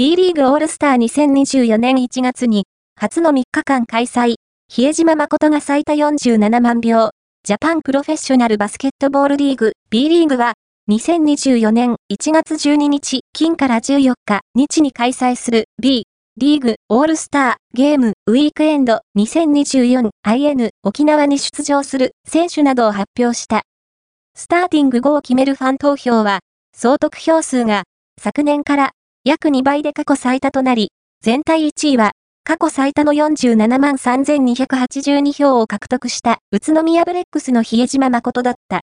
B リーグオールスター2024年1月に、初の3日間開催、比江島誠が最多47万票、ジャパンプロフェッショナルバスケットボールリーグ B リーグは、2024年1月12日金から14日日に開催する B リーグオールスターゲームウィークエンド 2024IN 沖縄に出場する選手などを発表した。スターティング5を決めるファン投票は、総得票数が昨年から約2倍で過去最多となり、全体1位は過去最多の47万3282票を獲得した宇都宮ブレックスの比江島誠だった。